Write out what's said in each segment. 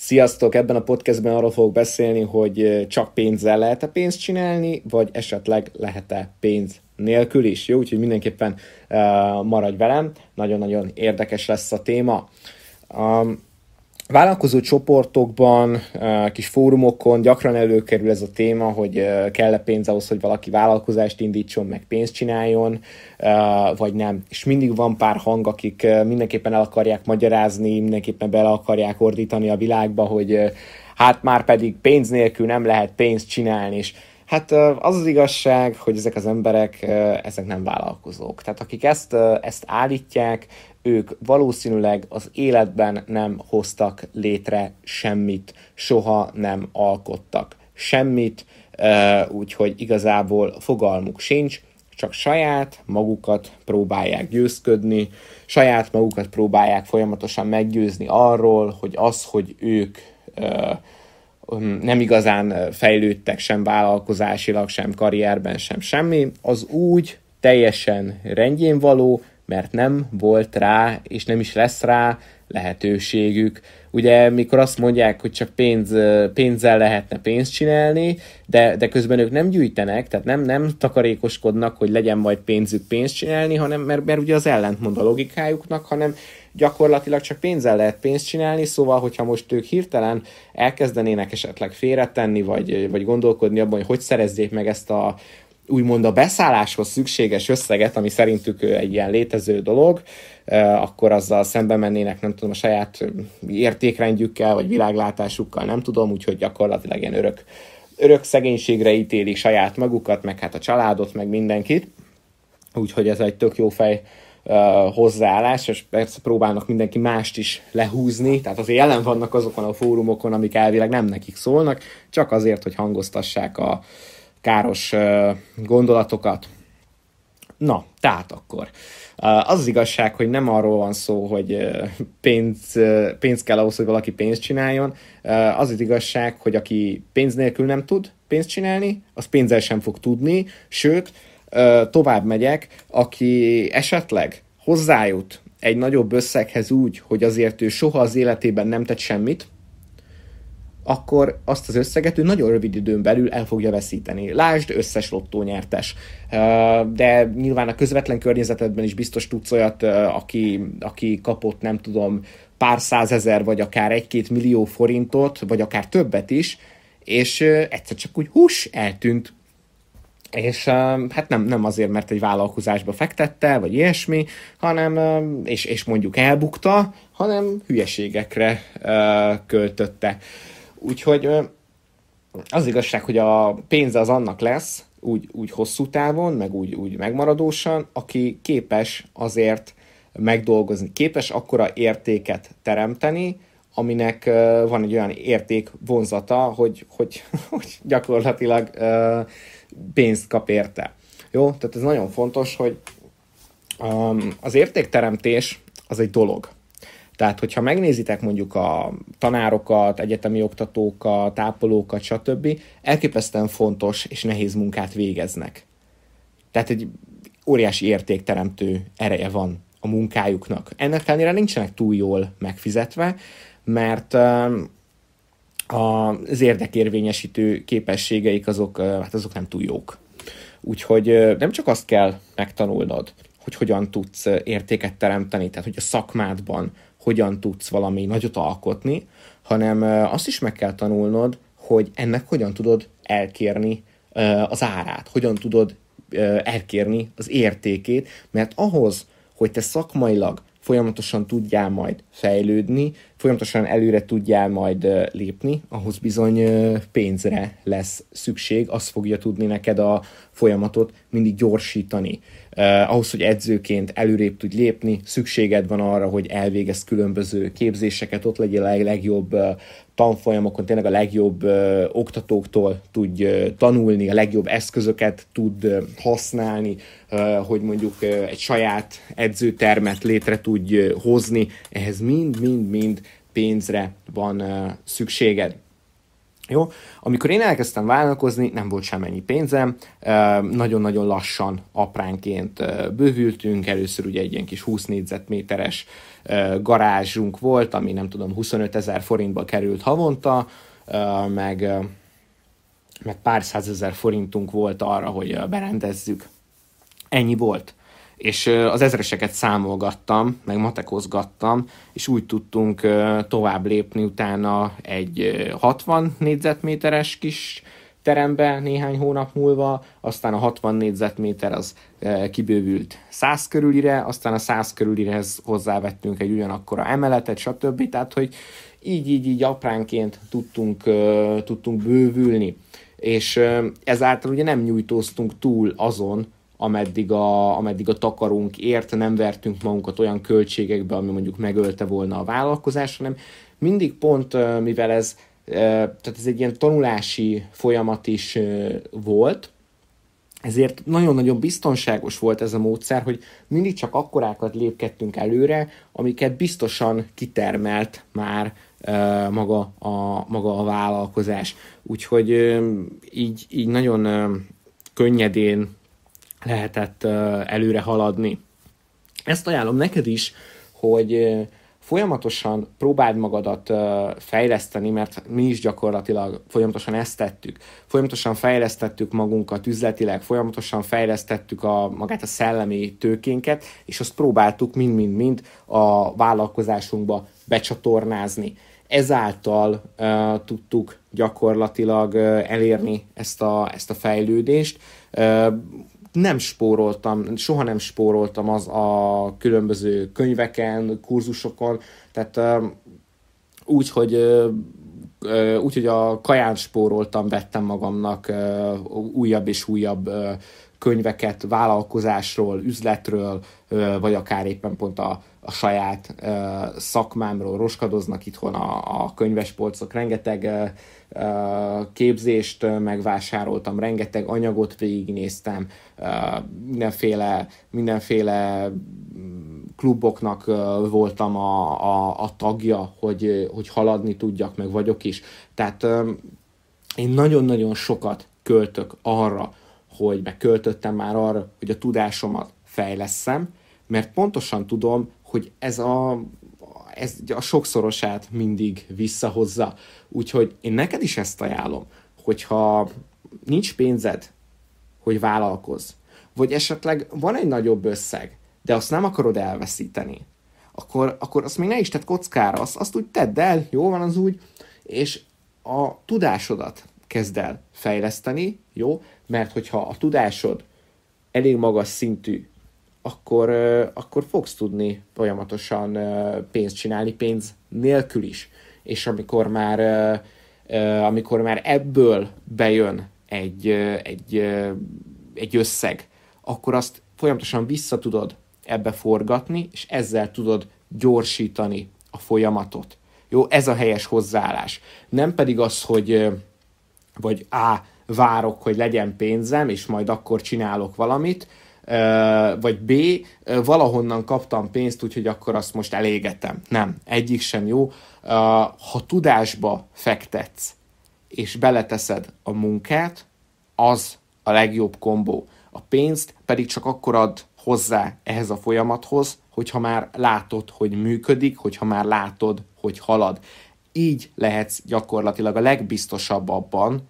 Sziasztok! Ebben a podcastben arról fogok beszélni, hogy csak pénzzel lehet-e pénzt csinálni, vagy esetleg lehet-e pénz nélkül is. Jó, úgyhogy mindenképpen maradj velem, nagyon-nagyon érdekes lesz a téma. Vállalkozó csoportokban, kis fórumokon gyakran előkerül ez a téma, hogy kell-e pénz ahhoz, hogy valaki vállalkozást indítson, meg pénzt csináljon, vagy nem. És mindig van pár hang, akik mindenképpen el akarják magyarázni, mindenképpen bele akarják ordítani a világba, hogy hát már pedig pénz nélkül nem lehet pénzt csinálni. És hát az az igazság, hogy ezek az emberek, ezek nem vállalkozók. Tehát akik ezt állítják, ők valószínűleg az életben nem hoztak létre semmit, soha nem alkottak semmit, úgyhogy igazából fogalmuk sincs, csak saját magukat próbálják győzködni, saját magukat próbálják folyamatosan meggyőzni arról, hogy az, hogy ők nem igazán fejlődtek sem vállalkozásilag, sem karrierben, sem semmi, az úgy teljesen rendjén való, mert nem volt rá, és nem is lesz rá lehetőségük. Ugye, mikor azt mondják, hogy csak pénzzel lehetne pénzt csinálni, de közben ők nem gyűjtenek, tehát nem takarékoskodnak, hogy legyen majd pénzük pénzt csinálni, hanem mert ugye az ellentmond a logikájuknak, hanem gyakorlatilag csak pénzzel lehet pénzt csinálni, szóval, hogyha most ők hirtelen elkezdenének esetleg félretenni, vagy gondolkodni abban, hogy szerezzék meg ezt a úgymond a beszálláshoz szükséges összeget, ami szerintük egy ilyen létező dolog, akkor azzal szembe mennének, nem tudom, a saját értékrendjükkel, vagy világlátásukkal, nem tudom, úgyhogy gyakorlatilag ilyen örök szegénységre ítélik saját magukat, meg hát a családot, meg mindenkit. Úgyhogy ez egy tök jó fej hozzáállás, és persze próbálnak mindenki mást is lehúzni, tehát azért jelen vannak azokon a fórumokon, amik elvileg nem nekik szólnak, csak azért, hogy hangoztassák a káros gondolatokat. Na, tehát akkor. Az igazság, hogy nem arról van szó, hogy pénz kell ahhoz, hogy valaki pénzt csináljon. Az igazság, hogy aki pénz nélkül nem tud pénzt csinálni, az pénzzel sem fog tudni, sőt, tovább megyek, aki esetleg hozzájut egy nagyobb összeghez úgy, hogy azért ő soha az életében nem tett semmit, akkor azt az összeget ő nagyon rövid időn belül el fogja veszíteni. Lásd, összes lottónyertes. De nyilván a közvetlen környezetedben is biztos tudsz olyat, aki kapott, nem tudom, pár százezer, vagy akár 1-2 millió forintot, vagy akár többet is, és egyszer csak úgy eltűnt. És hát nem azért, mert egy vállalkozásba fektette, vagy ilyesmi, hanem, és mondjuk elbukta, hanem hülyeségekre költötte. Úgyhogy az igazság, hogy a pénze az annak lesz, úgy hosszú távon, meg úgy megmaradósan, aki képes azért megdolgozni, képes akkora értéket teremteni, aminek van egy olyan érték vonzata, hogy gyakorlatilag pénzt kap érte. Jó? Tehát ez nagyon fontos, hogy az értékteremtés az egy dolog. Tehát, hogyha megnézitek mondjuk a tanárokat, egyetemi oktatókat, ápolókat, stb., elképesztően fontos és nehéz munkát végeznek. Tehát egy óriási értékteremtő ereje van a munkájuknak. Ennek ellenére nincsenek túl jól megfizetve, mert az érdekérvényesítő képességeik azok nem túl jók. Úgyhogy nem csak azt kell megtanulnod, hogy hogyan tudsz értéket teremteni, tehát hogy a szakmádban hogyan tudsz valami nagyot alkotni, hanem azt is meg kell tanulnod, hogy ennek hogyan tudod elkérni az árát, hogyan tudod elkérni az értékét, mert ahhoz, hogy te szakmailag folyamatosan tudjál majd fejlődni, folyamatosan előre tudjál majd lépni, ahhoz bizony pénzre lesz szükség, az fogja tudni neked a folyamatot mindig gyorsítani. Ahhoz, hogy edzőként előrébb tudj lépni, szükséged van arra, hogy elvégezz különböző képzéseket, ott legyél a legjobb tanfolyamokon, tényleg a legjobb oktatóktól tudj tanulni, a legjobb eszközöket tud használni, hogy mondjuk egy saját edzőtermet létre tudj hozni, ehhez mind pénzre van szükséged. Jó, amikor én elkezdtem vállalkozni, nem volt semmennyi pénzem, nagyon-nagyon lassan, apránként bővültünk, először ugye egy ilyen kis 20 négyzetméteres garázsunk volt, ami nem tudom, 25 000 forintba került havonta, meg pár százezer forintunk volt arra, hogy berendezzük. Ennyi volt. És az ezreseket számolgattam, meg matekozgattam, és úgy tudtunk tovább lépni utána egy 60 négyzetméteres kis terembe néhány hónap múlva, aztán a 60 négyzetméter az kibővült 100 körülire, aztán a 100 körülirehez hozzávettünk egy ugyanakkora emeletet, stb. Tehát, hogy így apránként tudtunk bővülni. És ezáltal ugye nem nyújtóztunk túl azon, ameddig a takarunk ért, nem vertünk magunkat olyan költségekbe, ami mondjuk megölte volna a vállalkozást, hanem mindig pont, mivel tehát ez egy ilyen tanulási folyamat is volt, ezért nagyon-nagyon biztonságos volt ez a módszer, hogy mindig csak akkorákat lépkedtünk előre, amiket biztosan kitermelt már maga a vállalkozás. Úgyhogy így nagyon könnyedén lehetett előre haladni. Ezt ajánlom neked is, hogy folyamatosan próbáld magadat fejleszteni, mert mi is gyakorlatilag folyamatosan ezt tettük. Folyamatosan fejlesztettük magunkat üzletileg, folyamatosan fejlesztettük magát a szellemi tőkénket, és azt próbáltuk mind a vállalkozásunkba becsatornázni. Ezáltal tudtuk gyakorlatilag elérni ezt a fejlődést. Soha nem spóroltam az a különböző könyveken, kurzusokon, tehát úgy, hogy a kaján spóroltam, vettem magamnak újabb és újabb könyveket vállalkozásról, üzletről, vagy akár éppen pont a saját szakmámról roskadoznak itthon a könyvespolcok. Rengeteg képzést megvásároltam, rengeteg anyagot végignéztem, mindenféle kluboknak voltam a tagja, hogy haladni tudjak, meg vagyok is. Tehát én nagyon-nagyon sokat költök arra, költöttem már arra, hogy a tudásomat fejlesszem, mert pontosan tudom, hogy ez a sokszorosát mindig visszahozza. Úgyhogy én neked is ezt ajánlom, hogyha nincs pénzed, hogy vállalkozz, vagy esetleg van egy nagyobb összeg, de azt nem akarod elveszíteni, akkor azt még ne is tedd kockára, azt úgy tedd el, jó van az úgy, és a tudásodat kezd el fejleszteni, jó? Mert hogyha a tudásod elég magas szintű, akkor fogsz tudni folyamatosan pénzt csinálni, pénz nélkül is. És amikor már ebből bejön egy összeg, akkor azt folyamatosan vissza tudod ebbe forgatni, és ezzel tudod gyorsítani a folyamatot. Jó, ez a helyes hozzáállás. Nem pedig az, hogy várok, hogy legyen pénzem, és majd akkor csinálok valamit, vagy B, valahonnan kaptam pénzt, úgyhogy akkor azt most elégetem. Nem, egyik sem jó. Ha tudásba fektetsz, és beleteszed a munkát, az a legjobb kombó. A pénzt pedig csak akkor ad hozzá ehhez a folyamathoz, hogyha már látod, hogy működik, hogyha már látod, hogy halad. Így lehetsz gyakorlatilag a legbiztosabb abban,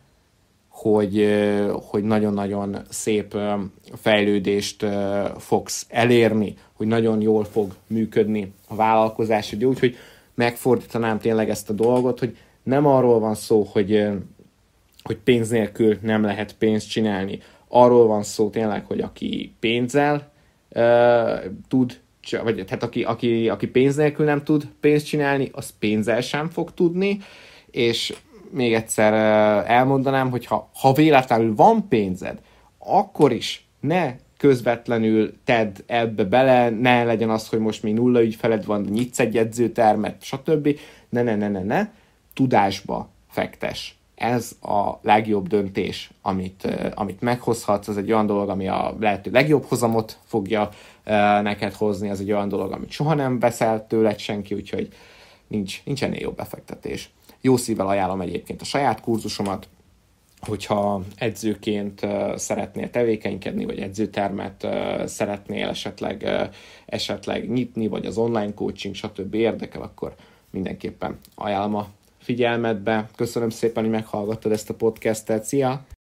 hogy nagyon-nagyon szép fejlődést fogsz elérni, hogy nagyon jól fog működni a vállalkozásod. Úgyhogy megfordítanám tényleg ezt a dolgot, hogy nem arról van szó, hogy pénz nélkül nem lehet pénzt csinálni. Arról van szó tényleg, hogy aki pénzzel tud, vagy tehát aki pénz nélkül nem tud pénzt csinálni, az pénzzel sem fog tudni, és még egyszer elmondanám, hogy ha véletlenül van pénzed, akkor is ne közvetlenül tedd ebbe bele, ne legyen az, hogy most még nulla ügyfeled van, nyitsz egy edzőtermet, stb. Ne. Tudásba fektes. Ez a legjobb döntés, amit meghozhatsz. Ez egy olyan dolog, ami a lehető legjobb hozamot fogja neked hozni. Ez egy olyan dolog, amit soha nem veszel tőled senki, úgyhogy nincs ennél jobb befektetés. Jó szívvel ajánlom egyébként a saját kurzusomat, hogyha edzőként szeretnél tevékenykedni, vagy edzőtermet szeretnél esetleg nyitni, vagy az online coaching, stb. Érdekel, akkor mindenképpen ajánlom a figyelmetbe. Köszönöm szépen, hogy meghallgattad ezt a podcastet. Szia!